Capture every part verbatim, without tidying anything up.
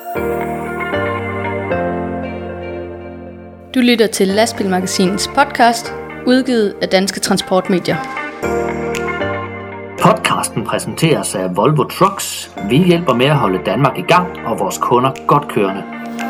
Du lytter til Lastbilmagasinets podcast, udgivet af Danske Transportmedier. Podcasten præsenteres af Volvo Trucks. Vi hjælper med at holde Danmark i gang og vores kunder godt kørende.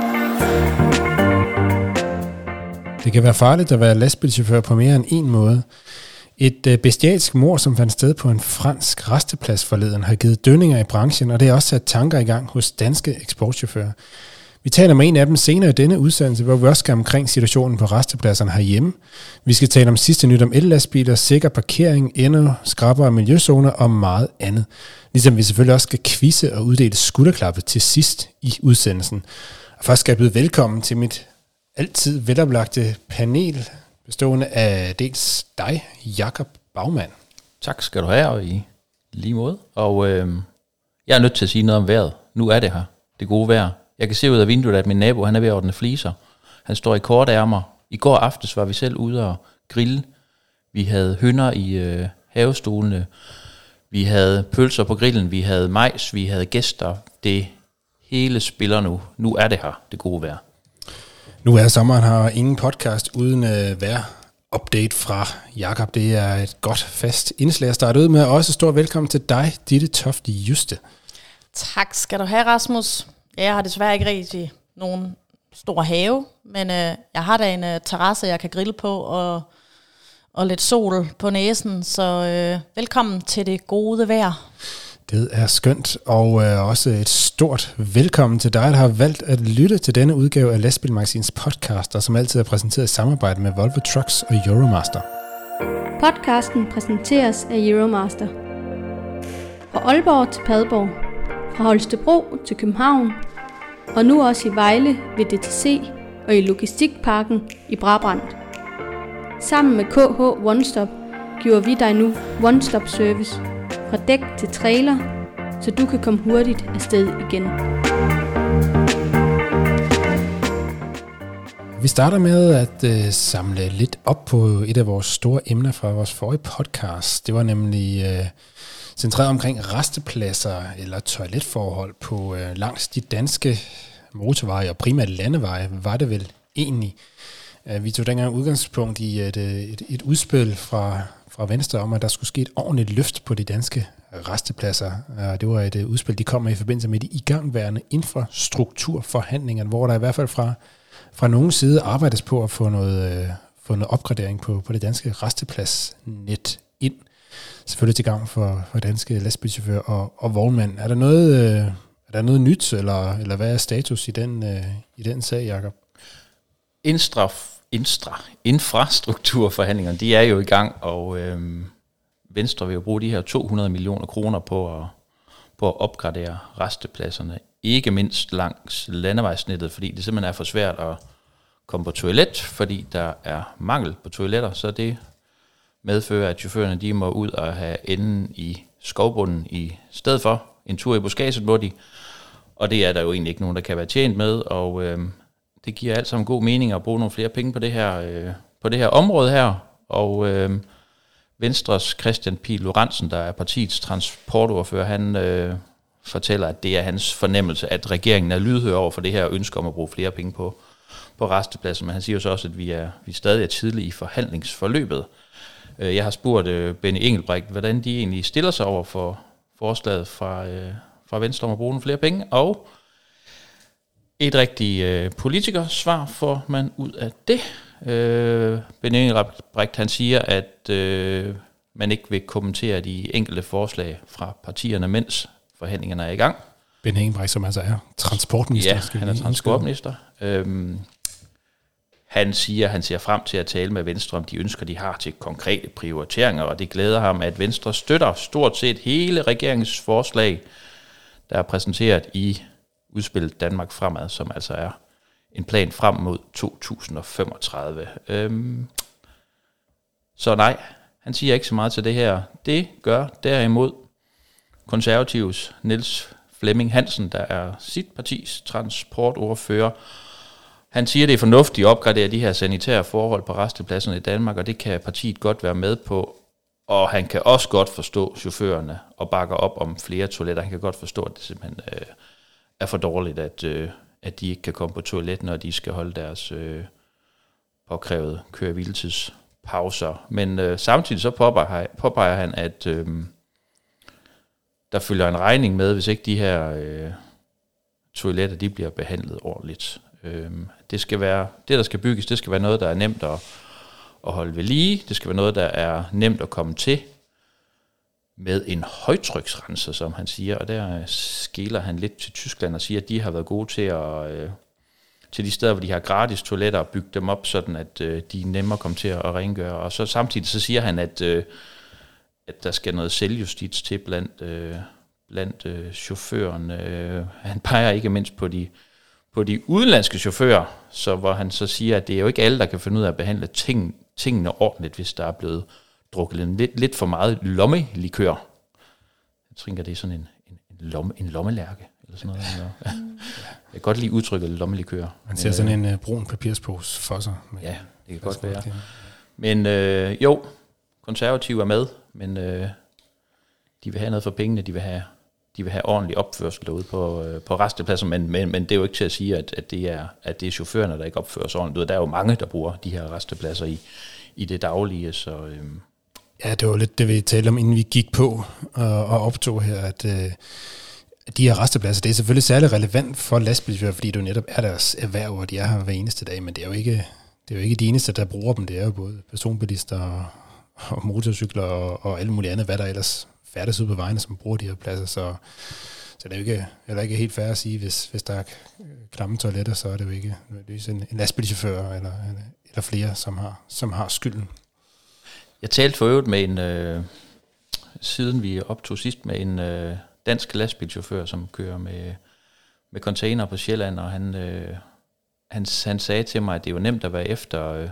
Det kan være farligt at være lastbilchauffør på mere end en måde. Et bestialsk mord, som fandt sted på en fransk rasteplads forleden, har givet dønninger i branchen, og det har også sat tanker i gang hos danske eksportchauffører. Vi taler med en af dem senere i denne udsendelse, hvor vi også skal omkring situationen på rastepladserne herhjemme. Vi skal tale om sidste nyt om el-lastbiler, sikker parkering, endnu skrappere miljøzoner og meget andet. Ligesom vi selvfølgelig også skal quizze og uddele skulderklappe til sidst i udsendelsen. Og først skal jeg byde velkommen til mit altid veloplagte panel, bestående af dels dig, Jakob Baumann. Tak skal du have, og i lige måde. Og øh, jeg er nødt til at sige noget om vejret. Nu er det her, det gode vejr. Jeg kan se ud af vinduet, at min nabo, han er ved at ordne fliser. Han står i korte ærmer. I går aftes var vi selv ude og grille. Vi havde høner i øh, havestolene. Vi havde pølser på grillen. Vi havde majs. Vi havde gæster. Det hele spiller nu. Nu er det her, det gode vejr. Nu er sommeren her ingen podcast uden øh, vejr-update fra Jakob. Det er et godt fast indslag at starte ud med. Også stor velkommen til dig, Ditte Tofte Juste. Tak skal du have, Rasmus. Jeg har desværre ikke rigtig nogen stor have, men øh, jeg har da en øh, terrasse, jeg kan grille på, og, og lidt sol på næsen, så øh, velkommen til det gode vejr. Det er skønt, og øh, også et stort velkommen til dig, der har valgt at lytte til denne udgave af Lastbilmagasinets podcast, der som altid er præsenteret i samarbejde med Volvo Trucks og Euromaster. Podcasten præsenteres af Euromaster. Fra Aalborg til Padborg, fra Holstebro til København, og nu også i Vejle ved D T C og i Logistikparken i Brabrand. Sammen med K H One Stop giver vi dig nu One Stop Service fra dæk til trailer, så du kan komme hurtigt afsted igen. Vi starter med at øh, samle lidt op på et af vores store emner fra vores forrige podcast. Det var nemlig øh, centreret omkring rastepladser eller toiletforhold på øh, langs de danske motorveje og primært landeveje, var det vel egentlig. Øh, vi tog dengang udgangspunkt i et, et, et udspil fra, fra Venstre om, at der skulle ske et ordentligt løft på de danske rastepladser. Øh, det var et uh, udspil, de kom med i forbindelse med de igangværende infrastrukturforhandlinger, hvor der i hvert fald fra, fra nogen side arbejdes på at få noget, øh, få noget opgradering på, på det danske rastepladsnet ind. Selvfølgelig til gang for, for danske lastbilchauffører og, og vognmænd. Er der noget, øh, er der noget nyt, eller, eller hvad er status i den, øh, i den sag, Jakob? Instra, instra, infrastrukturforhandlingerne, de er jo i gang, og øh, Venstre vil jo bruge de her to hundrede millioner kroner på at, på at opgradere rastepladserne. Ikke mindst langs landevejsnettet, fordi det simpelthen er for svært at komme på toilet, fordi der er mangel på toiletter, så det medfører, at chaufførerne de må ud og have enden i skovbunden i stedet for en tur i buskaget, må de. Og det er der jo egentlig ikke nogen, der kan være tjent med, og øh, det giver alt sammen god mening at bruge nogle flere penge på det her, øh, på det her område her. Og øh, Venstres Christian Pihl Lorentzen, der er partiets transportordfører, han øh, fortæller, at det er hans fornemmelse, at regeringen er lydhør over for det her ønske om at bruge flere penge på, på rastepladsen. Men han siger jo så også, at vi er, vi stadig er tidligt i forhandlingsforløbet. Jeg har spurgt uh, Benny Engelbrecht, hvordan de egentlig stiller sig over for forslaget fra, uh, fra Venstre om at bruge nogle flere penge, og et rigtigt uh, politikersvar får man ud af det. Uh, Benny Engelbrecht, han siger, at uh, man ikke vil kommentere de enkelte forslag fra partierne, mens forhandlingerne er i gang. Benny Engelbrecht, som altså er transportminister. Ja, han er transportminister. Um, Han siger, at han ser frem til at tale med Venstre om de ønsker, de har til konkrete prioriteringer, og det glæder ham, at Venstre støtter stort set hele regeringens forslag, der er præsenteret i udspillet Danmark Fremad, som altså er en plan frem mod to tusind femogtredive. Øhm, så nej, han siger ikke så meget til det her. Det gør derimod Konservatives Niels Flemming Hansen, der er sit partis transportordfører. Han siger, det er fornuftigt at opgradere de her sanitære forhold på rastepladserne i Danmark, og det kan partiet godt være med på. Og han kan også godt forstå chaufførerne og bakker op om flere toiletter. Han kan godt forstå, at det simpelthen øh, er for dårligt, at, øh, at de ikke kan komme på toilet, når de skal holde deres øh, påkrævede køre-hviletids-pauser. Men øh, samtidig så påpeger, påpeger han, at øh, der følger en regning med, hvis ikke de her øh, toiletter de bliver behandlet ordentligt. Øh, det, skal være, det, der skal bygges, det skal være noget, der er nemt at, at holde ved lige. Det skal være noget, der er nemt at komme til med en højtryksrenser, som han siger. Og der skeler han lidt til Tyskland og siger, at de har været gode til at... Øh, til de steder, hvor de har gratis toiletter, og bygge dem op, sådan at øh, de er nemmere komme til at, at rengøre. Og så samtidig så siger han, at, øh, at der skal noget selvjustits til blandt, øh, blandt øh, chaufførerne. Øh, han peger ikke mindst på de, på de udenlandske chauffører, så hvor han så siger, at det er jo ikke alle, der kan finde ud af at behandle ting, tingene ordentligt, hvis der er blevet drukket lidt, lidt for meget lommelikør. Jeg tænker, det er sådan en, en, en, lomme, en lommelærke. Eller sådan noget. Ja. Jeg kan godt lide udtrykket lommelikør. Man ser sådan en uh, brun papirspose for sig. Ja, det kan godt være. Men øh, jo, konservative er med, men øh, de vil have noget for pengene, de vil have, de vil have ordentlig opførsel derude på, øh, på rastepladser, men, men, men det er jo ikke til at sige, at, at, det, er, at det er chaufførerne, der ikke opfører sig ordentligt. Der er jo mange, der bruger de her rastepladser i, i det daglige, så... Øh, ja, det var lidt det, vi talte om, inden vi gik på og, og optog her, at... Øh, de her rastepladser, det er selvfølgelig særlig relevant for lastbilchauffører, fordi det jo netop er deres erhverv, og de er her hver eneste dag, men det er jo ikke, det er jo ikke de eneste, der bruger dem. Det er jo både personbilister og, og motorcykler og, og alle mulige andet, hvad der ellers færdes ud på vejene, som bruger de her pladser. Så, så det er jo ikke, eller ikke helt fair at sige, hvis, hvis der er klamme toiletter, så er det jo ikke nødvendigvis en, en lastbilchauffør eller, eller, eller flere, som har, som har skylden. Jeg talte for øvrigt med en, øh, siden vi optog sidst, med en... Øh, dansk lastbilchauffør, som kører med, med container på Sjælland, og han, øh, han, han sagde til mig, at det er jo nemt at være efter, øh,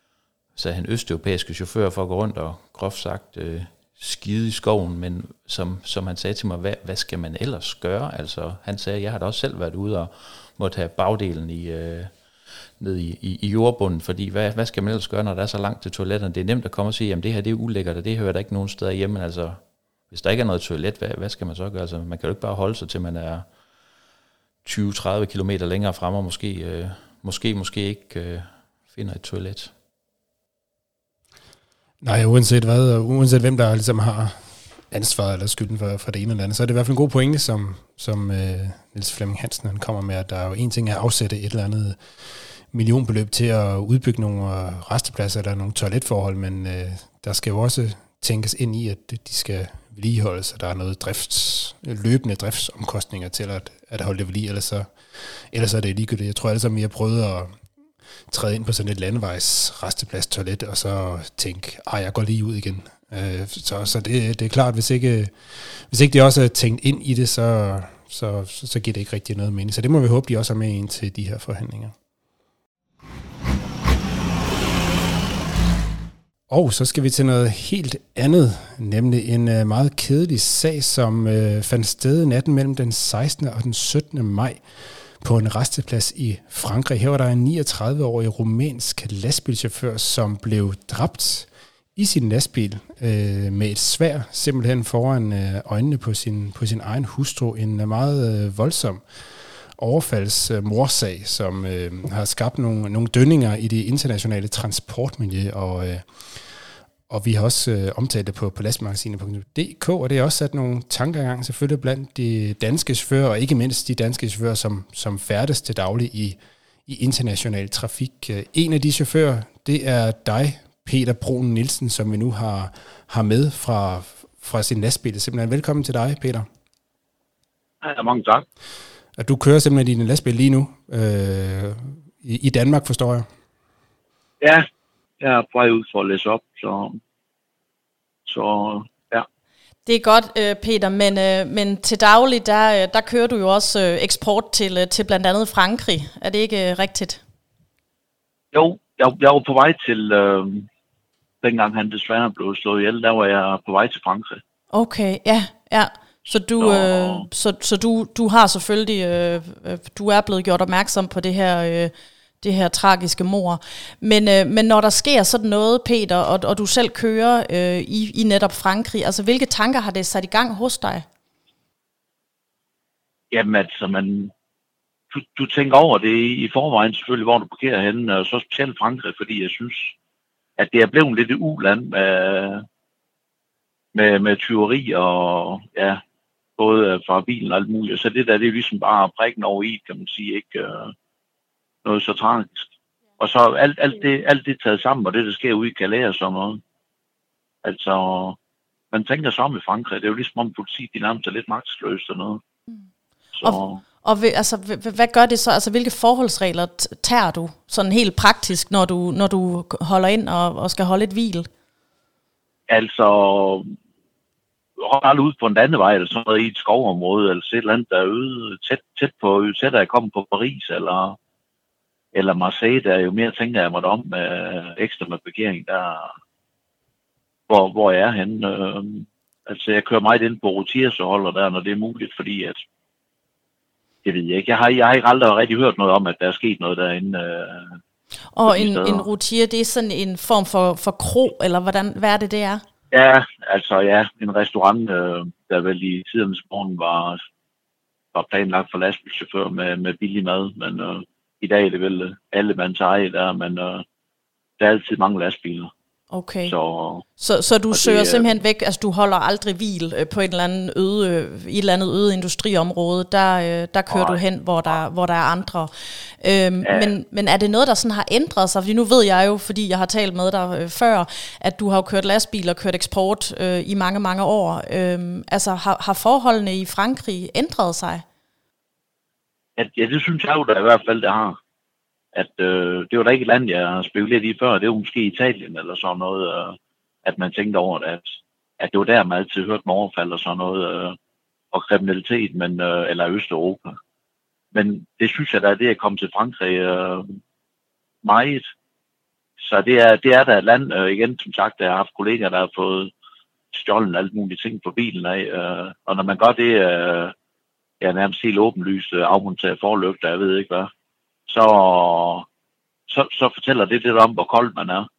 så han østeuropæiske chauffør for at gå rundt og groft sagt øh, skide i skoven, men som, som han sagde til mig, hvad, hvad skal man ellers gøre? Altså, han sagde, jeg har da også selv været ude og måtte have bagdelen i, øh, ned i, i, i jordbunden, fordi hvad, hvad skal man ellers gøre, når der er så langt til toiletterne? Det er nemt at komme og sige, jamen det her det er ulækkert, og det hører der ikke nogen steder hjemme, altså hvis der ikke er noget toilet, hvad, hvad skal man så gøre? Altså, man kan jo ikke bare holde sig til, man er tyve til tredive kilometer længere frem, og måske, øh, måske, måske ikke øh, finder et toilet. Nej, uanset hvad, og uanset hvem der ligesom har ansvaret eller skylden for, for det ene eller andet, så er det i hvert fald en god pointe, som, som øh, Niels Flemming Hansen han kommer med, at der er jo en ting at afsætte et eller andet millionbeløb til at udbygge nogle rastepladser eller nogle toiletforhold, men øh, der skal jo også tænkes ind i, at de skal vedligeholdes, så der er noget drifts, løbende driftsomkostninger til at, at holde det ved lige, ellers så, ellers er det ligegyldigt. Jeg tror alle sammen, vi har prøvet at træde ind på sådan et landevejs resteplads toilet, og så tænke, ej, jeg går lige ud igen. Øh, så så det, det er klart, hvis ikke, hvis ikke det også er tænkt ind i det, så, så, så, så giver det ikke rigtig noget mening. Så det må vi håbe, de også er med ind til de her forhandlinger. Og så skal vi til noget helt andet, nemlig en uh, meget kedelig sag, som uh, fandt sted natten mellem den sekstende og den syttende maj på en resteplads i Frankrig. Her var der en niogtredive-årig rumænsk lastbilchauffør, som blev dræbt i sin lastbil uh, med et sværd, simpelthen foran uh, øjnene på sin, på sin egen hustru. En uh, meget uh, voldsom overfaldsmorsag, som øh, har skabt nogle, nogle dønninger i det internationale transportmiljø, og, øh, og vi har også øh, omtalt det på, på lastmagasinet punktum d k, og det har også sat nogle tanker i gang, selvfølgelig blandt de danske chauffører, og ikke mindst de danske chauffører, som, som færdes til daglig i, i international trafik. En af de chauffører, det er dig, Peter Bruun Nielsen, som vi nu har, har med fra, fra sin lastbil. Simpelthen velkommen til dig, Peter. Ja, mange tak. At du kører simpelthen din lastbil lige nu øh, i, i Danmark, forstår jeg? Ja, jeg er på vej ud for at læse op, så, så ja. Det er godt, Peter, men, men til daglig, der, der kører du jo også eksport til, til blandt andet Frankrig. Er det ikke rigtigt? Jo, jeg, jeg var på vej til, øh, dengang han desværre blev slået ihjel, der var jeg på vej til Frankrig. Okay, ja, ja. Så du, øh, så, så du, du har selvfølgelig, øh, du er blevet gjort opmærksom på det her, øh, det her tragiske mord. Men, øh, men når der sker sådan noget, Peter, og, og du selv kører øh, i, i netop Frankrig, altså hvilke tanker har det sat i gang hos dig? Jamen altså, man, du, du tænker over det i forvejen selvfølgelig, hvor du parkerer henne, og så specielt Frankrig, fordi jeg synes, at det er blevet lidt et uland med, med, med tyveri og ja, både fra bilen og alt muligt. Så det der, det er ligesom bare prikken over i, kan man sige, ikke uh, noget så tragisk. Og så alt, alt, det, alt det taget sammen, og det der sker ude i Calais og sådan noget. Altså, man tænker så om i Frankrig, det er jo ligesom om politiet, de nærmest er lidt magtesløst og noget. Så. Og, og altså, hvad gør det så? Altså, hvilke forholdsregler tager du sådan helt praktisk, når du, når du holder ind og, og skal holde et hvil? Altså, hold aldrig ud på en landevej, eller sådan noget i et skovområde, eller et eller andet, der er ude tæt, tæt på, tættere jeg kommer på Paris, eller, eller Marseille, der jo mere tænker jeg mig om med ekstra med parkering, der hvor, hvor jeg er henne. Øh, altså, jeg kører meget ind på Routiers og holder der, når det er muligt, fordi at det ved jeg ikke. Jeg har, jeg har ikke aldrig rigtig hørt noget om, at der er sket noget derinde. Øh, og en, en routier, det er sådan en form for, for kro, eller hvordan, hvad er det, det er? Ja, altså ja, en restaurant, øh, der vel i tidernes morgen var, var planlagt for lastbilchauffør med, med billig mad, men øh, i dag er det vel alle mands eje der, men øh, der er altid mange lastbiler. Okay. Så, så, så du det, søger simpelthen væk, altså du holder aldrig hvil på et eller andet øde, i et eller andet øde industriområde, der, der kører nej, du hen, hvor der, hvor der er andre. Øhm, ja. men, men er det noget, der sådan har ændret sig? Fordi nu ved jeg jo, fordi jeg har talt med dig øh, før, at du har jo kørt lastbil og kørt eksport øh, i mange, mange år. Øhm, altså har, har forholdene i Frankrig ændret sig? Ja, ja, det synes jeg jo da i hvert fald, det har. At øh, det var da ikke et land, jeg har spekuleret i før. Det var måske Italien eller sådan noget, øh, at man tænkte over det, at, at det var der, man altid hørte med overfald og sådan noget, øh, og kriminalitet, men, øh, eller Østeuropa. Men det synes jeg da, det er kommet til Frankrig øh, meget. Så det er, det er da et land, øh, igen som sagt, jeg har haft kolleger, der har fået stjålet alle mulige ting på bilen af, øh, og når man gør det, øh, ja, nærmest helt åbenlyst, øh, afmonteret forlygter, jeg ved ikke hvad, Så, så, så fortæller det lidt om, hvor kold man er.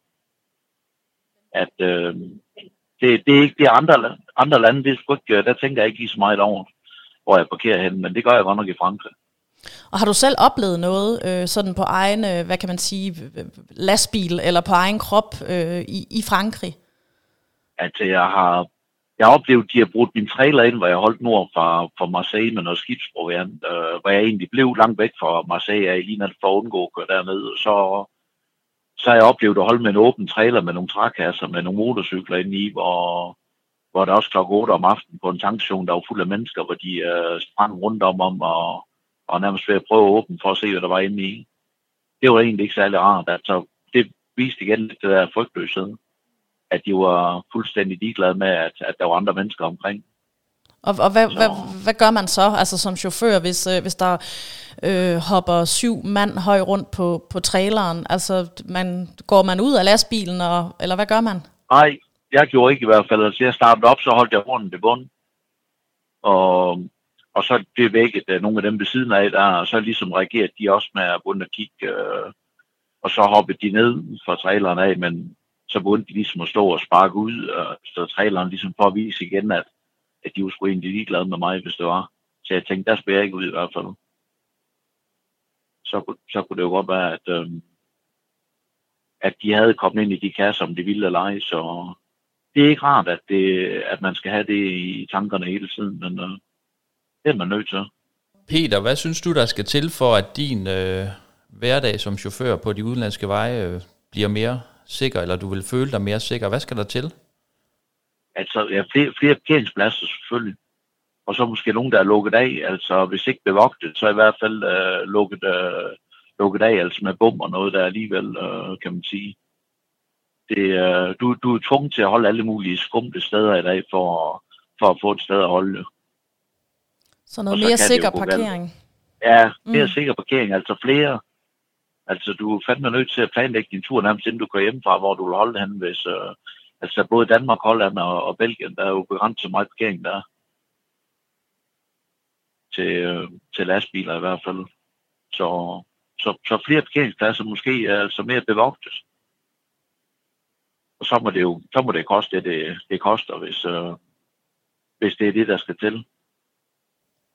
At øh, det, det er ikke det er andre, andre lande, det er sgu ikke, der tænker jeg ikke lige så meget over, hvor jeg parkerer hen, men det gør jeg godt nok i Frankrig. Og har du selv oplevet noget øh, sådan på egen, øh, hvad kan man sige, lastbil eller på egen krop øh, i, i Frankrig? At jeg har Jeg har oplevet, at de har brugt min trailer ind, hvor jeg holdt nord fra, fra Marseille med noget skibsproviant, øh, hvor jeg egentlig blev langt væk fra Marseille, jeg lige for at undgå at køre dernede. Så, så har jeg oplevet at holde med en åben trailer med nogle trækasser, med nogle motorcykler inde i, hvor, hvor der også klokken otte om aftenen på en tankstation, der var fuld af mennesker, hvor de øh, sprang rundt om, om og, og nærmest ved at prøve at åbne for at se, hvad der var inde i. Det var egentlig ikke særlig rart. Altså, det viste igen lidt det der frygtløshed, at de var fuldstændig ligeglade med, at, at der var andre mennesker omkring. Og, og hvad, hvad, hvad gør man så, altså som chauffør, hvis, øh, hvis der øh, hopper syv mand høj rundt på, på traileren? Altså, man, går man ud af lastbilen, og, eller hvad gør man? Nej, jeg gjorde ikke i hvert fald. Altså, jeg startede op, så holdt jeg hånden til bunden. Og, og så blev vækket uh, nogle af dem ved siden af der, og så ligesom reagerede de også med at begynde at kigge. Uh, og så hoppede de ned fra traileren af, men så begyndte de ligesom at stå og sparke ud, og så traileren ligesom for at vise igen, at, at de var sgu egentlig ligeglade med mig, hvis det var. Så jeg tænkte, der skulle jeg ikke ud i hvert fald. Så, så kunne det jo godt være, at, øhm, at de havde kommet ind i de kasser, om de ville eller ej, så det er ikke rart, at, det, at man skal have det i tankerne hele tiden, men øh, det er man nødt til. Peter, hvad synes du, der skal til for, at din øh, hverdag som chauffør på de udenlandske veje øh, bliver mere sikker, eller du vil føle dig mere sikker? Hvad skal der til? Altså, ja, flere, flere parkeringspladser selvfølgelig. Og så måske nogen, der er lukket af. Altså, hvis ikke bevogtet, så i hvert fald øh, lukket, øh, lukket af, altså med bom og noget, der alligevel, øh, kan man sige. Det, øh, du, du er tvunget til at holde alle mulige skumle steder i dag, for, for at få et sted at holde. Så noget så mere sikker parkering? Vel. Ja, mere mm. sikker parkering, altså flere. Altså, du er fandme nødt til at planlægge din tur nærmest inden du kører hjemmefra, hvor du vil holde hen, hvis... Øh, altså, både Danmark, Holland og, og Belgien, der er jo begrænset så meget parkering der. Til, øh, til lastbiler i hvert fald. Så, så, så flere parkeringspladser måske er altså mere bevogtet. Og så må det jo så må det koste det, det, det koster, hvis, øh, hvis det er det, der skal til. Ja.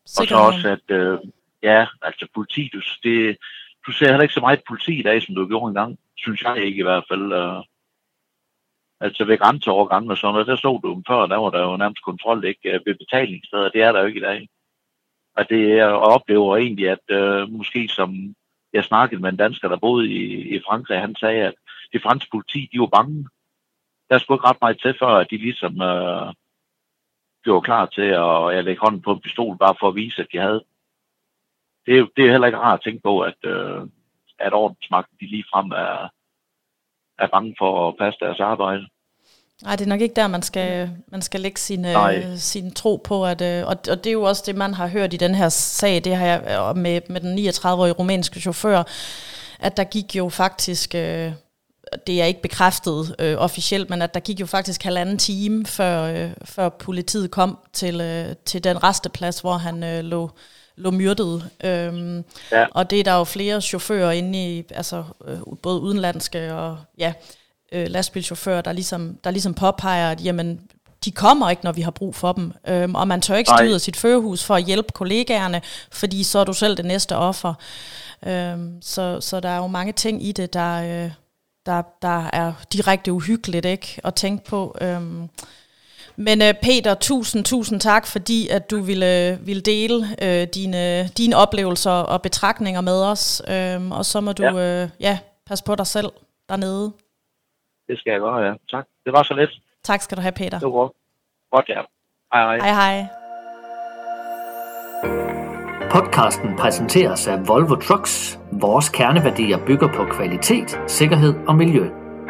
Og så også, at øh, ja, altså politi, du, det, du ser heller ikke så meget politi i dag, som du gjorde engang. Synes jeg ikke i hvert fald. Øh, altså ved grænseovergangen og sådan noget, der så du dem før, der var der jo nærmest kontrol ikke ved betalingssteder. Det er der jo ikke i dag. Og det jeg oplever egentlig, at øh, måske som jeg snakkede med en dansker, der boede i, i Frankrig, han sagde, at det franske politi, de var bange. Der skulle ikke ret meget til, før at de ligesom øh, blev klar til at jeg lægge hånden på en pistol, bare for at vise, at de havde. Det er, det er heller ikke rart at tænke på, at, øh, at ordensmagten, de ligefrem er, er bange for at passe deres arbejde. Nej, det er nok ikke der, man skal, man skal lægge sin, øh, sin tro på. At, øh, og, og det er jo også det, man har hørt i den her sag, det har jeg med, med den niogtredive-årige rumænske chauffør, at der gik jo faktisk, øh, det er ikke bekræftet øh, officielt, men at der gik jo faktisk halvanden time, før, øh, før politiet kom til, øh, til den resteplads, hvor han øh, lå, lå myrdet. Øhm, ja. Og det er der jo flere chauffører inde i, altså øh, både udenlandske og ja, øh, lastbilchauffører, der ligesom, der ligesom påpeger, at jamen, de kommer ikke, når vi har brug for dem. Øhm, og man tør ikke stå ud af sit førerhus for at hjælpe kollegaerne, fordi så er du selv det næste offer. Øhm, så, så der er jo mange ting i det, der, øh, der, der er direkte uhyggeligt ikke at tænke på. Øhm, Men uh, Peter, tusind, tusind tak, fordi at du ville, ville dele uh, dine, dine oplevelser og betragtninger med os. Um, og så må du ja. Uh, ja, passe på dig selv dernede. Det skal jeg gøre, ja. Tak. Det var så lidt. Tak skal du have, Peter. Det var godt. Godt, ja. Hej, hej. Hej, hej. Podcasten præsenteres af Volvo Trucks. Vores kerneværdier bygger på kvalitet, sikkerhed og miljø.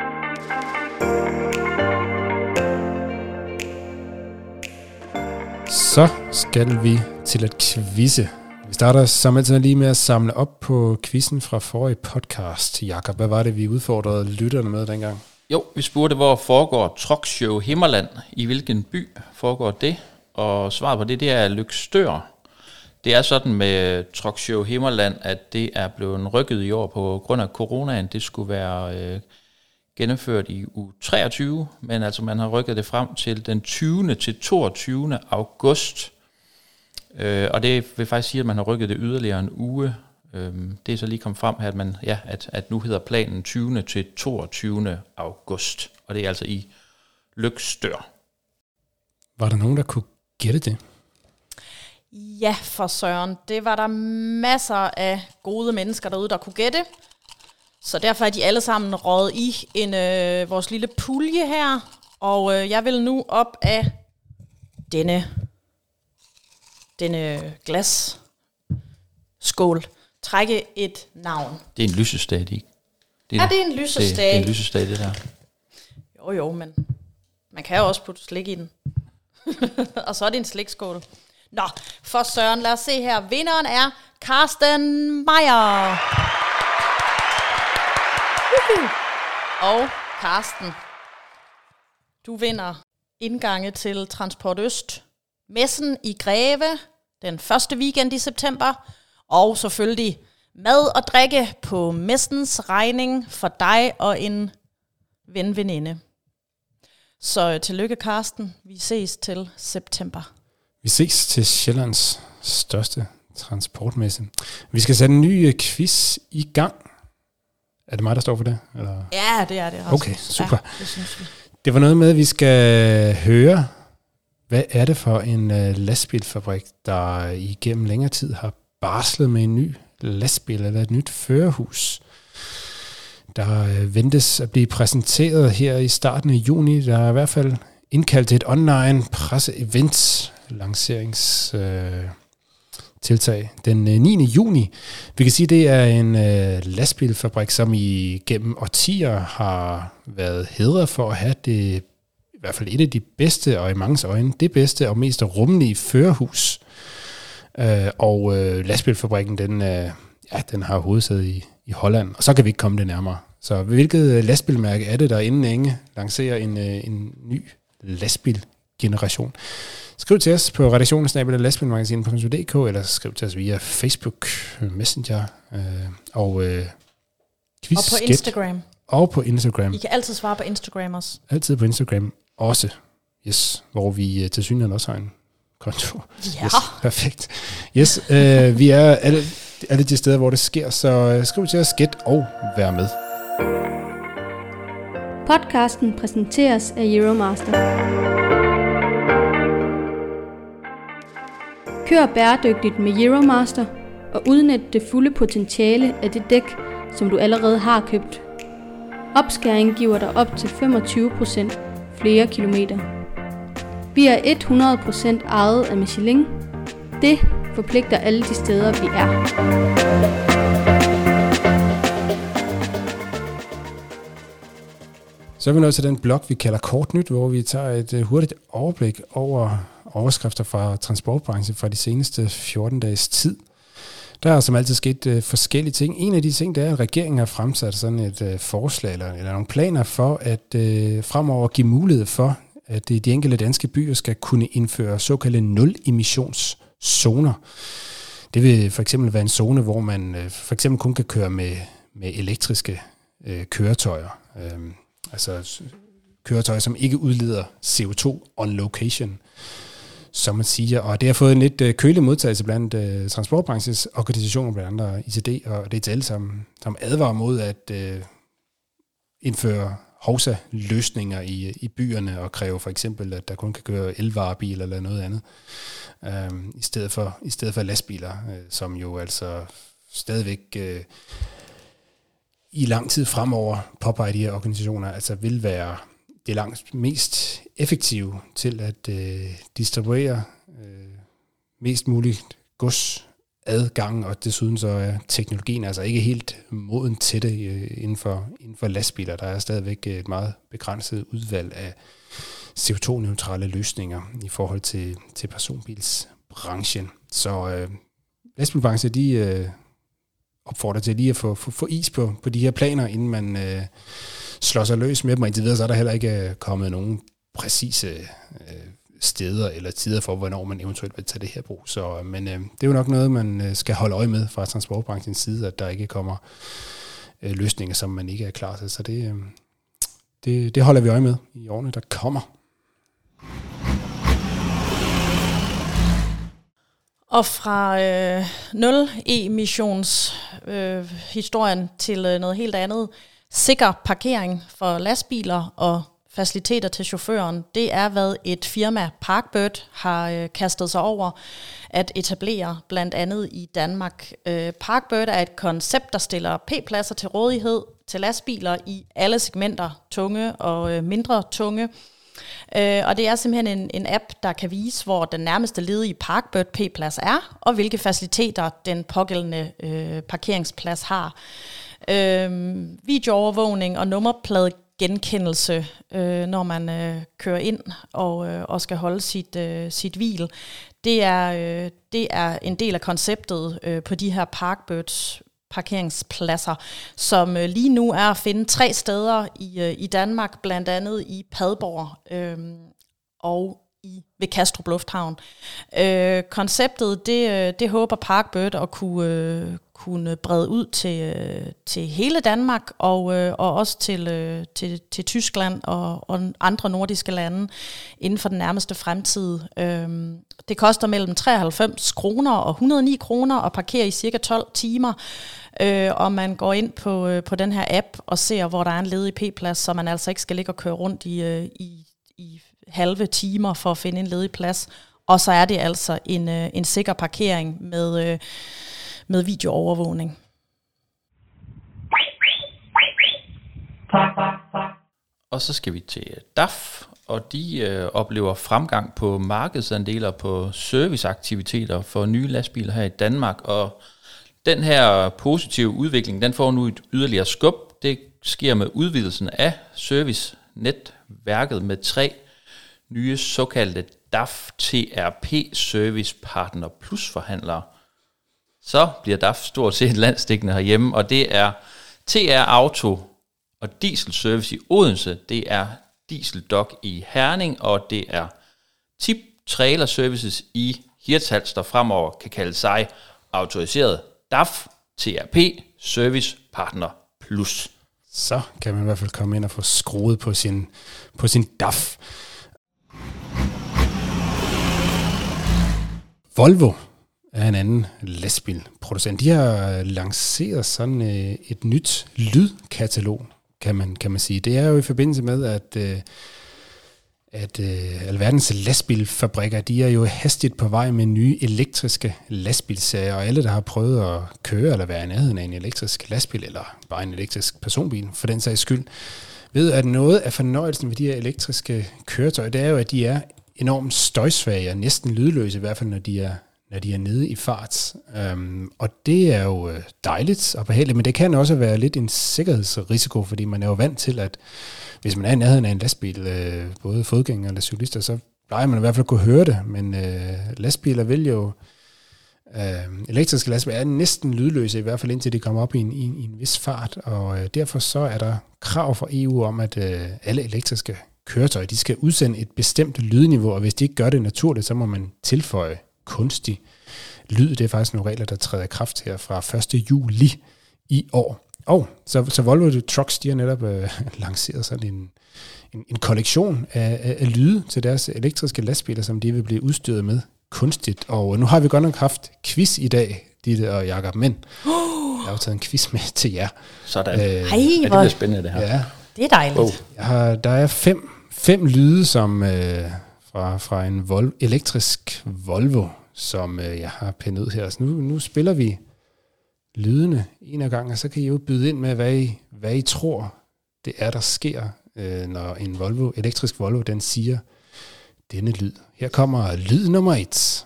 Så skal vi til at quizze. Vi starter som altid lige med at samle op på quizzen fra forrige podcast. Jakob, hvad var det, vi udfordrede lytterne med dengang? Jo, vi spurgte, hvor foregår Truckshow Himmerland? I hvilken by foregår det? Og svaret på det, det er Løgstør. Det er sådan med Truckshow Himmerland, at det er blevet rykket i år på grund af coronaen. Det skulle være øh, gennemført i uge treogtyve, men altså man har rykket det frem til den tyvende til toogtyvende august. Øh, og det vil faktisk sige, at man har rykket det yderligere en uge. Øh, det er så lige kommet frem her, at, man, ja, at, at nu hedder planen tyvende til toogtyvende august. Og det er altså i Løgstør. Var der nogen, der kunne gætte det? Ja, for søren. Det var der masser af gode mennesker derude, der kunne gætte. Så derfor er de alle sammen røget i en, øh, vores lille pulje her. Og øh, jeg vil nu op af denne, denne glasskål trække et navn. Det er en lysestage, ikke? Det er, ja, det er en lysestage. Det, det er en lysestage, det der. Jo, jo, men man kan jo også putte slik i den. Og så er det en slikskål. Nå, for søren, lad os se her. Vinderen er Carsten Meyer. Og Carsten, du vinder indgange til Transport Øst, messen i Greve den første weekend i september, og selvfølgelig mad og drikke på messens regning for dig og en ven-veninde. Så tillykke, Carsten. Vi ses til september. Vi ses til Sjællands største transportmesse. Vi skal sætte en ny quiz i gang. Er det mig, der står for det? Eller? Ja, det er det også. Okay, super. Ja, det synes vi. Det var noget med, at vi skal høre, hvad er det for en uh, lastbilfabrik, der igennem længere tid har barslet med en ny lastbil eller et nyt førerhus, der uh, ventes at blive præsenteret her i starten af juni. Der er i hvert fald indkaldt til et online presse-event lancerings... Uh, tiltag den niende juni. Vi kan sige, at det er en øh, lastbilfabrik, som i gennem årtier har været hædret for at have det, i hvert fald et af de bedste, og i manges øjne, det bedste og mest rummelige førerhus. Øh, og øh, lastbilfabrikken, den, øh, ja, den har hovedsæde i, i Holland, og så kan vi ikke komme det nærmere. Så hvilket lastbilmærke er det, der inden længe lancerer en, øh, en ny lastbilgeneration? Skriv til os på redaktionen snabel-a lastbilmagasinet punktum d k, eller skriv til os via Facebook, Messenger øh, og øh, quiz. Og på Instagram. Og på Instagram. I kan altid svare på Instagram også. Altid på Instagram også, yes, hvor vi øh, til synligheden også har en konto. Ja. Yes, perfekt. Yes, øh, vi er alle, alle de steder, hvor det sker, så øh, skriv til os, gæt og vær med. Podcasten præsenteres af Euromaster. Kør bæredygtigt med Euromaster og udnyt det fulde potentiale af det dæk, som du allerede har købt. Opskæring giver dig op til femogtyve procent flere kilometer. Vi er hundrede procent ejet af Michelin. Det forpligter alle de steder, vi er. Så er vi nået til den blog, vi kalder Kort Nyt, hvor vi tager et uh, hurtigt overblik over overskrifter fra transportbranchen fra de seneste fjorten dages tid. Der er som altid sket uh, forskellige ting. En af de ting, det er, at regeringen har fremsat sådan et uh, forslag eller, eller nogle planer for at uh, fremover give mulighed for, at uh, de enkelte danske byer skal kunne indføre såkaldte nul-emissionszoner. Det vil for eksempel være en zone, hvor man uh, for eksempel kun kan køre med, med elektriske uh, køretøjer. Uh, altså køretøjer, som ikke udleder C O to on location, som man siger. Og det har fået en lidt uh, kølig modtagelse blandt uh, transportbranchens organisationer, blandt andre I C D og D T L, som, som advarer mod at uh, indføre hovsa-løsninger i, i byerne og kræve for eksempel, at der kun kan køre elvarebiler eller noget andet, uh, i, stedet for, i stedet for lastbiler, uh, som jo altså stadigvæk uh, i lang tid fremover, påpeger de her organisationer, altså vil være det langt mest effektive til at øh, distribuere øh, mest muligt gods adgang, og desuden så er teknologien altså ikke helt moden til det øh, inden, for, inden for lastbiler. Der er stadigvæk et meget begrænset udvalg af C O to neutrale løsninger i forhold til, til personbilsbranchen. Så øh, lastbilbranchen, de øh, opfordrer til lige at få, få, få is på, på de her planer, inden man øh, slår sig løs med dem, og indtil videre så er der heller ikke kommet nogen præcise øh, steder eller tider for, hvornår man eventuelt vil tage det her brug. Så, men øh, det er jo nok noget, man øh, skal holde øje med fra transportbranchens side, at der ikke kommer øh, løsninger, som man ikke er klar til. Så det, øh, det, det holder vi øje med i årene, der kommer. Og fra øh, nul-emissions øh, historien til øh, noget helt andet. Sikker parkering for lastbiler og faciliteter til chaufføren, det er, hvad et firma, Parkbird, har øh, kastet sig over at etablere, blandt andet i Danmark. Øh, Parkbird er et koncept, der stiller P-pladser til rådighed til lastbiler i alle segmenter, tunge og øh, mindre tunge. Uh, og det er simpelthen en, en app, der kan vise, hvor den nærmeste ledige Parkbird P-plads er, og hvilke faciliteter den pågældende uh, parkeringsplads har. Uh, videoovervågning og nummerpladegenkendelse, uh, når man uh, kører ind og, uh, og skal holde sit, uh, sit hvil, det er, uh, det er en del af konceptet uh, på de her Parkbirds parkeringspladser, som øh, lige nu er at finde tre steder i, øh, i Danmark, blandt andet i Padborg øh, og i ved Kastrup Lufthavn. Øh, konceptet, det, det håber Parkbird at kunne, øh, kunne brede ud til, øh, til hele Danmark, og, øh, og også til, øh, til, til Tyskland og, og andre nordiske lande inden for den nærmeste fremtid. Øh, det koster mellem treoghalvfems kroner og et hundrede og ni kroner at parkere i cirka tolv timer, øh, og man går ind på, øh, på den her app og ser, hvor der er en ledig P-plads, så man altså ikke skal ligge og køre rundt i, øh, i, i halve timer for at finde en ledig plads. Og så er det altså en, øh, en sikker parkering med, øh, med videoovervågning. Og så skal vi til D A F, og de øh, oplever fremgang på markedsandele og på serviceaktiviteter for nye lastbiler her i Danmark. Og den her positive udvikling, den får nu et yderligere skub. Det sker med udvidelsen af servicenetværket med tre nye såkaldte D A F T R P Service Partner Plus forhandlere. Så bliver D A F stort set landsdækkende herhjemme, og det er T R Auto og Diesel Service i Odense, det er Diesel Dock i Herning, og det er Tip Trailer Services i Hirtshals, der fremover kan kalde sig autoriseret D A F T R P Service Partner Plus. Så kan man i hvert fald komme ind og få skruet på sin, på sin D A F. Volvo er en anden lastbilproducent. De har lanceret sådan øh, et nyt lydkatalog, kan man, kan man sige. Det er jo i forbindelse med, at, øh, at øh, alverdens lastbilfabrikker, de er jo hastigt på vej med nye elektriske lastbilserier, og alle, der har prøvet at køre eller være i nærheden af en elektrisk lastbil, eller bare en elektrisk personbil, for den sags skyld, ved, at noget af fornøjelsen ved de her elektriske køretøjer, det er jo, at de er enormt støjsvage og næsten lydløse, i hvert fald når de er, når de er nede i fart. Um, og det er jo dejligt og behageligt, men det kan også være lidt en sikkerhedsrisiko, fordi man er jo vant til, at hvis man er i nærheden af en lastbil, øh, både fodgængere eller cyklister, så plejer man i hvert fald at kunne høre det, men øh, lastbiler vil jo, øh, elektriske lastbiler er næsten lydløse, i hvert fald indtil de kommer op i en, i en, i en vis fart, og øh, derfor så er der krav fra E U om, at øh, alle elektriske køretøjer, de skal udsende et bestemt lydniveau, og hvis de ikke gør det naturligt, så må man tilføje kunstig lyd. Det er faktisk nogle regler, der træder i kraft her fra første juli i år. Og så, så Volvo Trucks, de har netop øh, lanceret sådan en, en, en kollektion af, af, af lyde til deres elektriske lastbiler, som de vil blive udstyret med kunstigt. Og nu har vi godt nok haft quiz i dag, Ditte og Jakob, men jeg har jo taget en quiz med til jer. Sådan. Øh, Ej, ja, det bliver spændende, det her. Ja. Det er dejligt. Oh. Jeg har, der er fem, fem lyde som, øh, fra, fra en Vol- elektrisk Volvo, som øh, jeg har pindet ud her. Så nu, nu spiller vi lydene en af gangen, og så kan I jo byde ind med, hvad I, hvad I tror, det er, der sker, øh, når en Volvo, elektrisk Volvo, den siger denne lyd. Her kommer lyd nummer et.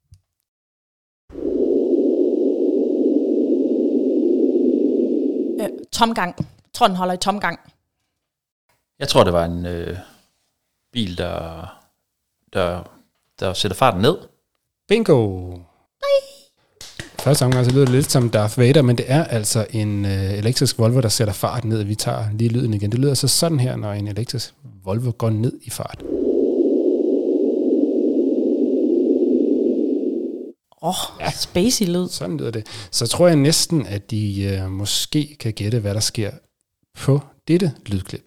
Øh, tomgang. Jeg tror, den holder i tomgang. Jeg tror, det var en øh, bil, der, der, der sætter farten ned. Bingo! Nej! Første omgang så lyder det lidt som Darth Vader, men det er altså en øh, elektrisk Volvo, der sætter farten ned. Vi tager lige lyden igen. Det lyder så sådan her, når en elektrisk Volvo går ned i fart. Åh, oh, ja. Spacey lyd. Sådan lyder det. Så tror jeg næsten, at de øh, måske kan gætte, hvad der sker på dette lydklip.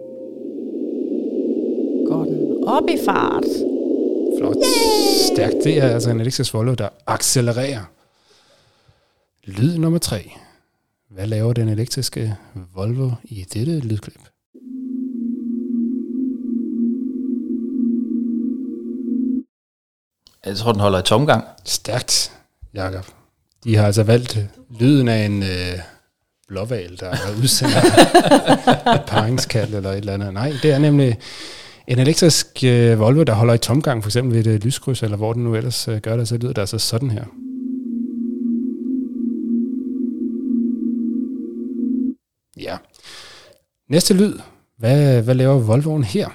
Går den op i fart? Flot. Yay! Stærkt. Det er altså en elektrisk Volvo, der accelererer. Lyd nummer tre. Hvad laver den elektriske Volvo i dette lydklip? Jeg tror, den holder i tomgang. Stærkt, Jakob. De har altså valgt lyden af en øh, blåhval, der er udsendt et paringskald eller et eller andet. Nej, det er nemlig en elektrisk øh, Volvo, der holder i tomgang, for eksempel ved et lyskryds, eller hvor den nu ellers øh, gør det, så lyder det altså sådan her. Ja. Næste lyd. Hvad, hvad laver Volvoen her?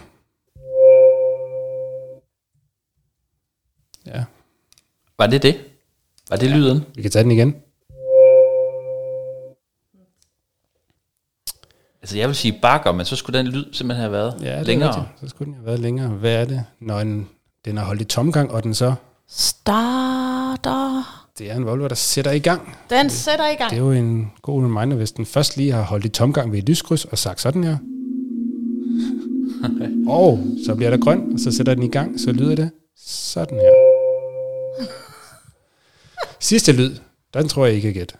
Ja. Var det det? Var det ja. lyden? Vi kan tage den igen. Altså jeg vil sige bakker, men så skulle den lyd simpelthen have været ja, længere. Rigtigt. Så skulle den have været længere. Hvad er det, når en, den har holdt i tomgang, og den så starter? Det er en Volvo, der sætter i gang. Den det, sætter i gang. Det er jo en god reminder, hvis den først lige har holdt i tomgang ved et lyskryds og sagt sådan her. Og så bliver der grøn, og så sætter den i gang, så lyder det sådan her. Sidste lyd, den tror jeg ikke kan gætte.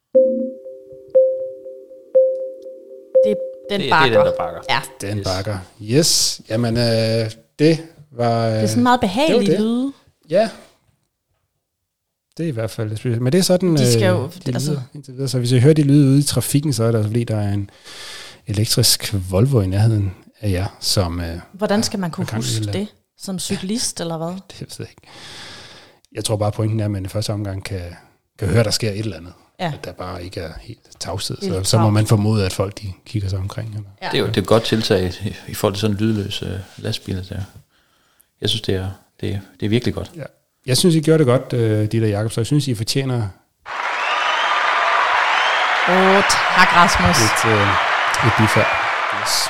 Det, den det, bakker. det er den, der bakker. Ja. Den yes. bakker. Yes. Jamen, øh, det var... Øh, det er sådan meget behageligt lyde. Ja. Det er i hvert fald... Men det er sådan... De skal jo... Øh, de altså. lyder, indtil videre. Så hvis I hører de lyde ude i trafikken, så er det altså fordi, der er en elektrisk Volvo i nærheden af jer, som... Øh, Hvordan skal man kunne man huske det? Som cyklist, ja. eller hvad? Det ved jeg ikke. Jeg tror bare, pointen er, at man i første omgang kan, kan høre, der sker et eller andet. Ja. At der bare ikke er helt tavshed. Så, så må man formode, at folk de kigger sig omkring. Eller? Ja. Det er jo det er et godt tiltag i, i forhold til sådan en lydløs uh, lastbil. Der. Jeg synes, det er, det, er, det er virkelig godt. Ja. Jeg synes, I gjorde det godt, uh, Ditte og Jakob, så jeg synes, I fortjener... Åh, oh, tak Rasmus. Et, uh, et bifald. Yes.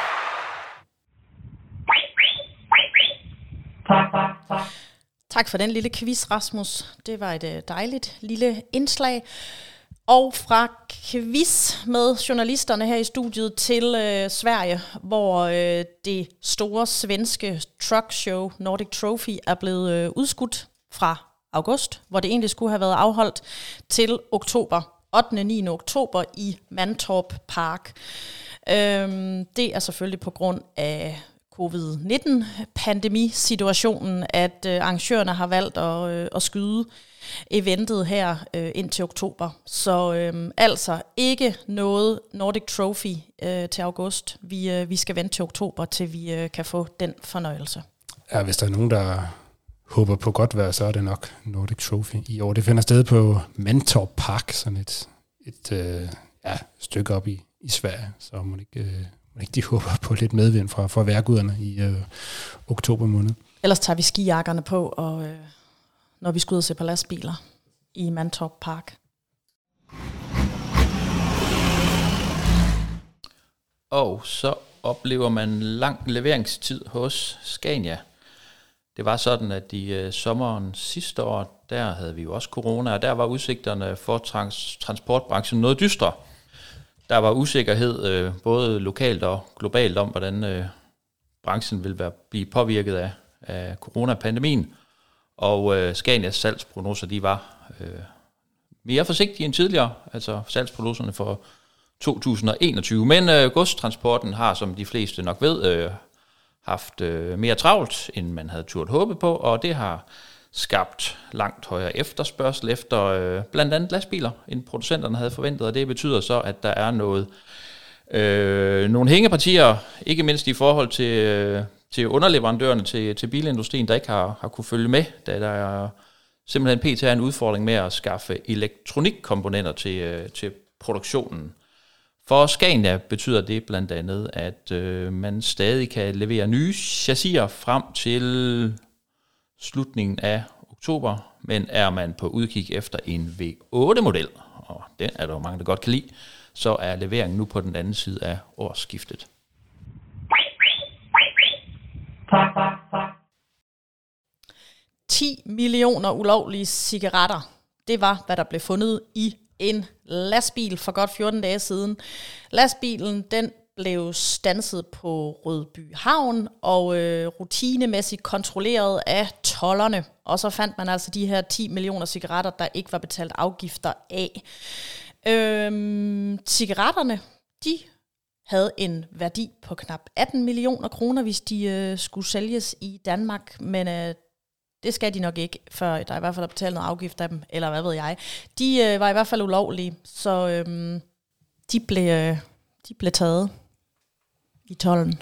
Tak for den lille quiz, Rasmus. Det var et dejligt lille indslag. Og fra quiz med journalisterne her i studiet til øh, Sverige, hvor øh, det store svenske truck show Nordic Trophy er blevet øh, udskudt fra august, hvor det egentlig skulle have været afholdt til oktober, ottende og niende oktober i Mantorp Park. Øhm, det er selvfølgelig på grund af covid nitten-pandemisituationen, at øh, arrangørerne har valgt at, øh, at skyde eventet her øh, indtil oktober. Så øh, altså ikke noget Nordic Trophy øh, til august. Vi, øh, vi skal vente til oktober, til vi øh, kan få den fornøjelse. Ja, hvis der er nogen, der håber på godt vejr, så er det nok Nordic Trophy i år. Det finder sted på Mantorp Park, sådan et, et øh, ja, stykke op i, i Sverige, så må ikke... Øh, ikke de håber på lidt medvind fra, fra vejrguderne i øh, oktober måned. Ellers tager vi skijakkerne på, og, øh, når vi skal ud og se på lastbiler i Mantorp Park. Og så oplever man lang leveringstid hos Scania. Det var sådan, at i øh, sommeren sidste år, der havde vi jo også corona, og der var udsigterne for trans- transportbranchen noget dystre. Der var usikkerhed øh, både lokalt og globalt om, hvordan øh, branchen ville være, blive påvirket af, af coronapandemien. Og øh, Scanias salgsprognoser, de var øh, mere forsigtige end tidligere, altså salgsprognoserne for to tusind og enogtyve. Men øh, godstransporten har, som de fleste nok ved, øh, haft øh, mere travlt, end man havde turt håbe på, og det har skabt langt højere efterspørgsel efter øh, blandt andet lastbiler, end producenterne havde forventet, og det betyder så, at der er noget, øh, nogle hængepartier, ikke mindst i forhold til, øh, til underleverandørerne til, til bilindustrien, der ikke har, har kunne følge med, da der er simpelthen pt. Er en udfordring med at skaffe elektronikkomponenter til, øh, til produktionen. For Scania betyder det blandt andet, at øh, man stadig kan levere nye chassiser frem til slutningen af oktober, men er man på udkig efter en V otte model, og den er der jo mange, der godt kan lide, så er leveringen nu på den anden side af årsskiftet. ti millioner ulovlige cigaretter. Det var, hvad der blev fundet i en lastbil for godt fjorten dage siden. Lastbilen, den blev standset på Rødby Havn og øh, rutinemæssigt kontrolleret af tolderne. Og så fandt man altså de her ti millioner cigaretter, der ikke var betalt afgifter af. Øhm, cigaretterne, de havde en værdi på knap atten millioner kroner, hvis de øh, skulle sælges i Danmark, men øh, det skal de nok ikke, før der i hvert fald er betalt noget afgift af dem, eller hvad ved jeg. De øh, var i hvert fald ulovlige, så øh, de, blev, øh, de blev taget i tolden.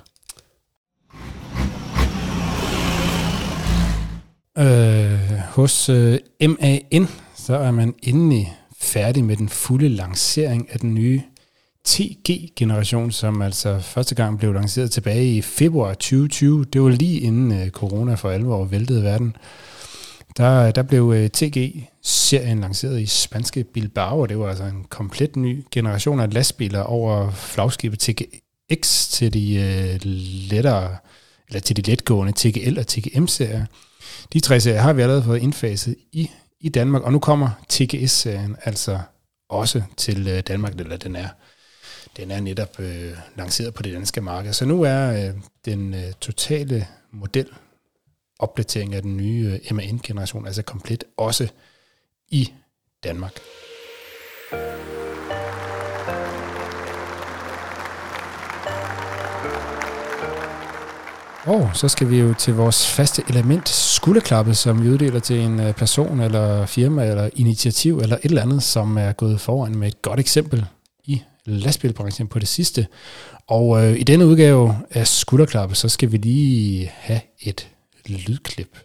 Øh, hos øh, M A N, så er man endelig færdig med den fulde lancering af den nye T G-generation, som altså første gang blev lanceret tilbage i februar tyve tyve. Det var lige inden øh, corona for alvor væltede verden. Der, der blev øh, T G-serien lanceret i spanske Bilbao, og det var altså en komplet ny generation af lastbiler over flagskibet T G X til de øh, lettere, eller til de letgående T G L og T G M-serier. De tre serier har vi allerede fået indfaset i, i Danmark, og nu kommer T G S-serien altså også til øh, Danmark, eller den er, den er netop øh, lanceret på det danske marked. Så nu er øh, den øh, totale model opdatering af den nye øh, M A N-generation altså komplet også i Danmark. Og så skal vi jo til vores faste element, skulderklappe, som vi uddeler til en person eller firma eller initiativ eller et eller andet, som er gået foran med et godt eksempel i lastbilbranchen på det sidste. Og øh, i denne udgave af skulderklappe, så skal vi lige have et lydklip.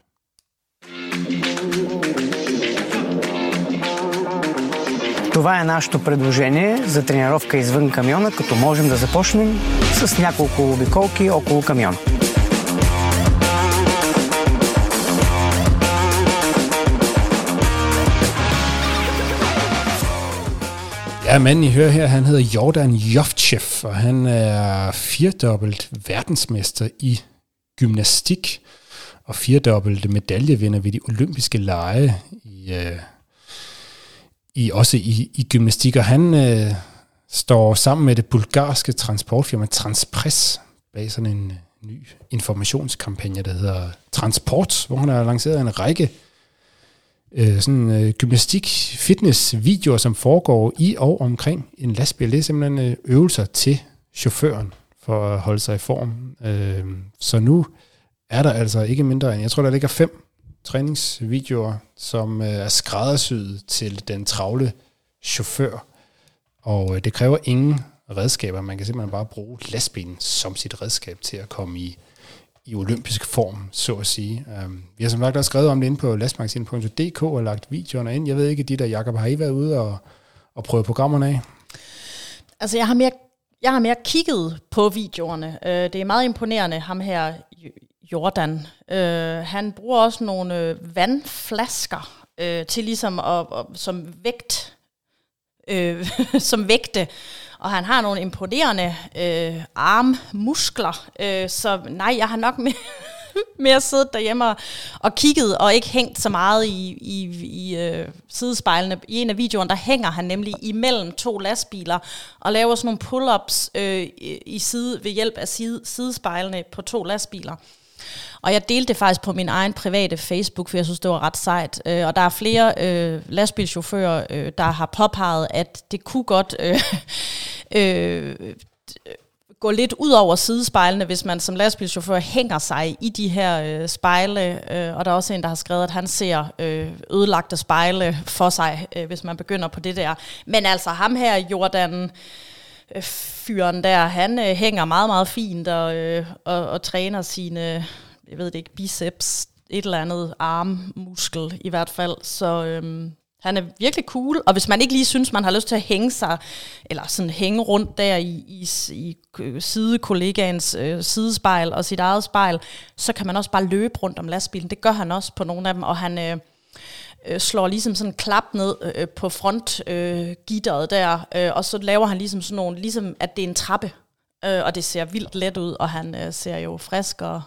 Това е нашето предложение за тренировка извън камиона, като можем да започнем с няколко обиколки около камиона. Ja, manden I hører her, han hedder Jordan Jovtjev, og han er firedobbelt verdensmester i gymnastik og firedobbelt medaljevinder ved de olympiske lege i, øh, i også i, i gymnastik. Og han øh, står sammen med det bulgarske transportfirma Transpress bag sådan en øh, ny informationskampagne, der hedder Transport, hvor han har lanceret en række øh, sådan øh, gymnastik-fitness-videoer, som foregår i og omkring en lastbil. Det er simpelthen øh, øvelser til chaufføren for at holde sig i form. Øh, så nu er der altså ikke mindre end, jeg tror, der ligger fem træningsvideoer, som øh, er skræddersyet til den travle chauffør. Og øh, det kræver ingen redskaber. Man kan simpelthen bare bruge lastbilen som sit redskab til at komme i, i olympisk form, så at sige. Um, vi har som sagt også skrevet om det inde på lastmagasinet punktum d k og lagt videoerne ind. Jeg ved ikke, de der, Jakob, har I været ude og, og prøvet programmerne af? Altså, jeg har mere, jeg har mere kigget på videoerne. Uh, det er meget imponerende, ham her, Jordan. Uh, han bruger også nogle uh, vandflasker uh, til ligesom at, at, som vægt, uh, som vægte. Og han har nogle imponerende øh, armmuskler, øh, så nej, jeg har nok mere, mere siddet derhjemme og, og kigget, og ikke hængt så meget i, i, i øh, sidespejlene. I en af videoerne, der hænger han nemlig imellem to lastbiler, og laver sådan nogle pull-ups øh, i side, ved hjælp af side, sidespejlene på to lastbiler. Og jeg delte det faktisk på min egen private Facebook, for jeg synes, det var ret sejt. Øh, og der er flere øh, lastbilchauffører, øh, der har påpeget, at det kunne godt øh, øh, gå lidt ud over sidespejlene, hvis man som lastbilchauffør hænger sig i de her øh, spejle. Øh, og der er også en, der har skrevet, at han ser øh, ødelagte spejle for sig, øh, hvis man begynder på det der. Men altså ham her, Jordan... fyren der, han øh, hænger meget, meget fint og, øh, og, og træner sine, jeg ved det ikke, biceps, et eller andet armmuskel i hvert fald. Så øh, han er virkelig cool. Og hvis man ikke lige synes, man har lyst til at hænge sig, eller sådan hænge rundt der i, i, i sidekollegaens øh, sidespejl og sit eget spejl, så kan man også bare løbe rundt om lastbilen. Det gør han også på nogle af dem, og han... Øh, slår ligesom sådan en klap ned øh, på frontgitteret øh, der, øh, og så laver han ligesom sådan nogle, ligesom at det er en trappe, øh, og det ser vildt let ud, og han øh, ser jo frisk og,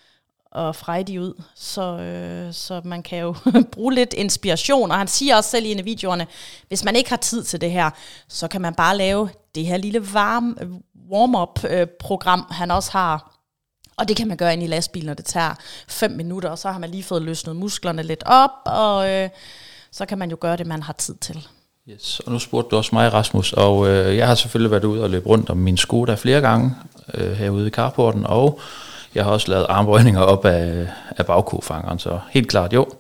og frejdig ud, så, øh, så man kan jo bruge lidt inspiration, og han siger også selv i en af videoerne, hvis man ikke har tid til det her, så kan man bare lave det her lille varm, warm-up-program, han også har. Og det kan man gøre ind i lastbilen, og det tager fem minutter, og så har man lige fået løsnet musklerne lidt op, og øh, så kan man jo gøre det, man har tid til. Yes, og nu spurgte du også mig, Rasmus, og øh, jeg har selvfølgelig været ude og løbe rundt om min Skoda flere gange øh, herude i carporten, og jeg har også lavet armbøjninger op af, af bagkofangeren, så helt klart jo.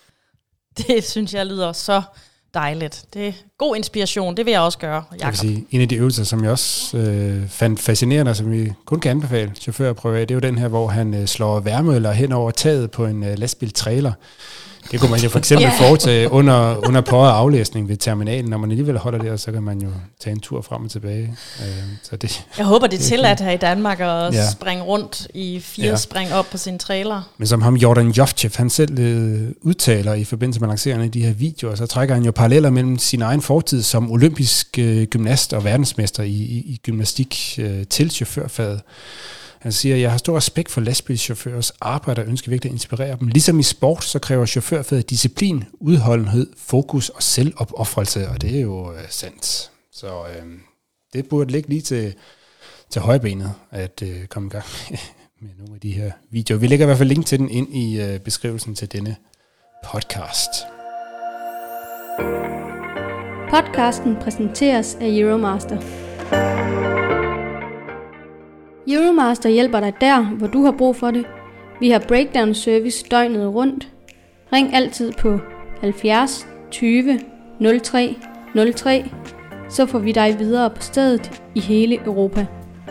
Det synes jeg lyder så dejligt. Det er god inspiration, det vil jeg også gøre, Jakob. Jeg vil sige, en af de øvelser, som jeg også øh, fandt fascinerende, som vi kun kan anbefale chauffører at prøve af, det er jo den her, hvor han øh, slår værmøller hen over taget på en øh, lastbil-trailer. Det kunne man jo for eksempel yeah. foretage under, under på- og aflæsning ved terminalen. Når man alligevel holder der, så kan man jo tage en tur frem og tilbage. Øh, så det, jeg håber, det er tilladt her i Danmark at ja. springe rundt i fire ja. spring op på sin trailer. Men som ham Jordan Jovchev, han selv øh, udtaler i forbindelse med lanceringen af de her videoer, så trækker han jo paralleller mellem sin egen fortid som olympisk øh, gymnast og verdensmester i, i, i gymnastik øh, til chaufførfaget. Han siger, jeg har stor respekt for lastbilchaufførers arbejde og ønsker virkelig at inspirere dem. Ligesom i sport, så kræver chaufførfaget disciplin, udholdenhed, fokus og selvopoffrelse, og det er jo øh, sandt. Så øh, det burde ligge lige til, til højbenet at øh, komme i gang med nogle af de her videoer. Vi lægger i hvert fald link til den ind i øh, beskrivelsen til denne podcast. Podcasten præsenteres af Euromaster. Euromaster hjælper dig der, hvor du har brug for det. Vi har breakdown service døgnet rundt. Ring altid på halvfjerds tyve nul tre nul tre, så får vi dig videre på stedet i hele Europa.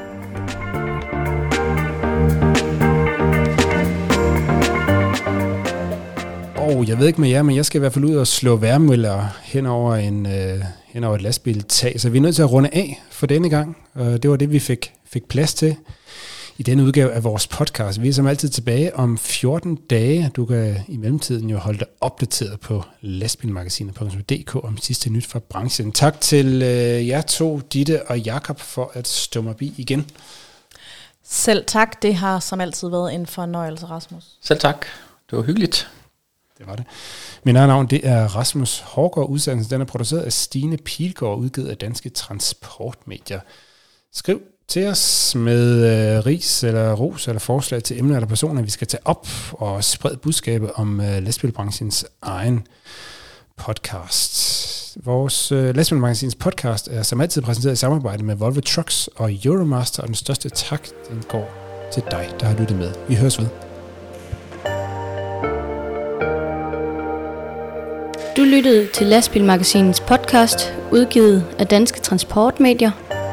Og jeg ved ikke med jer, men jeg skal i hvert fald ud og slå værmøller hen over, en, øh, hen over et lastbiltag, så vi er nødt til at runde af for denne gang. Og det var det, vi fik, fik plads til i denne udgave af vores podcast. Vi er som altid tilbage om fjorten dage. Du kan i mellemtiden jo holde dig opdateret på lastbilmagasinet punktum d k om sidste nyt fra branchen. Tak til øh, jer to, Ditte og Jakob, for at stå mig bi igen. Selv tak. Det har som altid været en fornøjelse, Rasmus. Selv tak. Det var hyggeligt. Det var det. Min eget navn, det er Rasmus Hårgaard. Udsendelsen den er produceret af Stine Pilgaard, udgivet af Danske Transportmedier. Skriv til os med øh, ris eller ros eller forslag til emner eller personer, vi skal tage op og sprede budskabet om øh, lastbilbranchens egen podcast. Vores øh, lastbilmagazins podcast er som altid præsenteret i samarbejde med Volvo Trucks og Euromaster, og den største tak, den går til dig, der har lyttet med. Vi høres ved. Du lyttede til Lastbilmagasinets podcast, udgivet af Danske Transportmedier.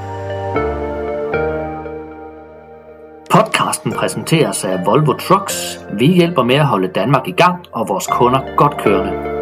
Podcasten præsenteres af Volvo Trucks. Vi hjælper med at holde Danmark i gang og vores kunder godt kørende.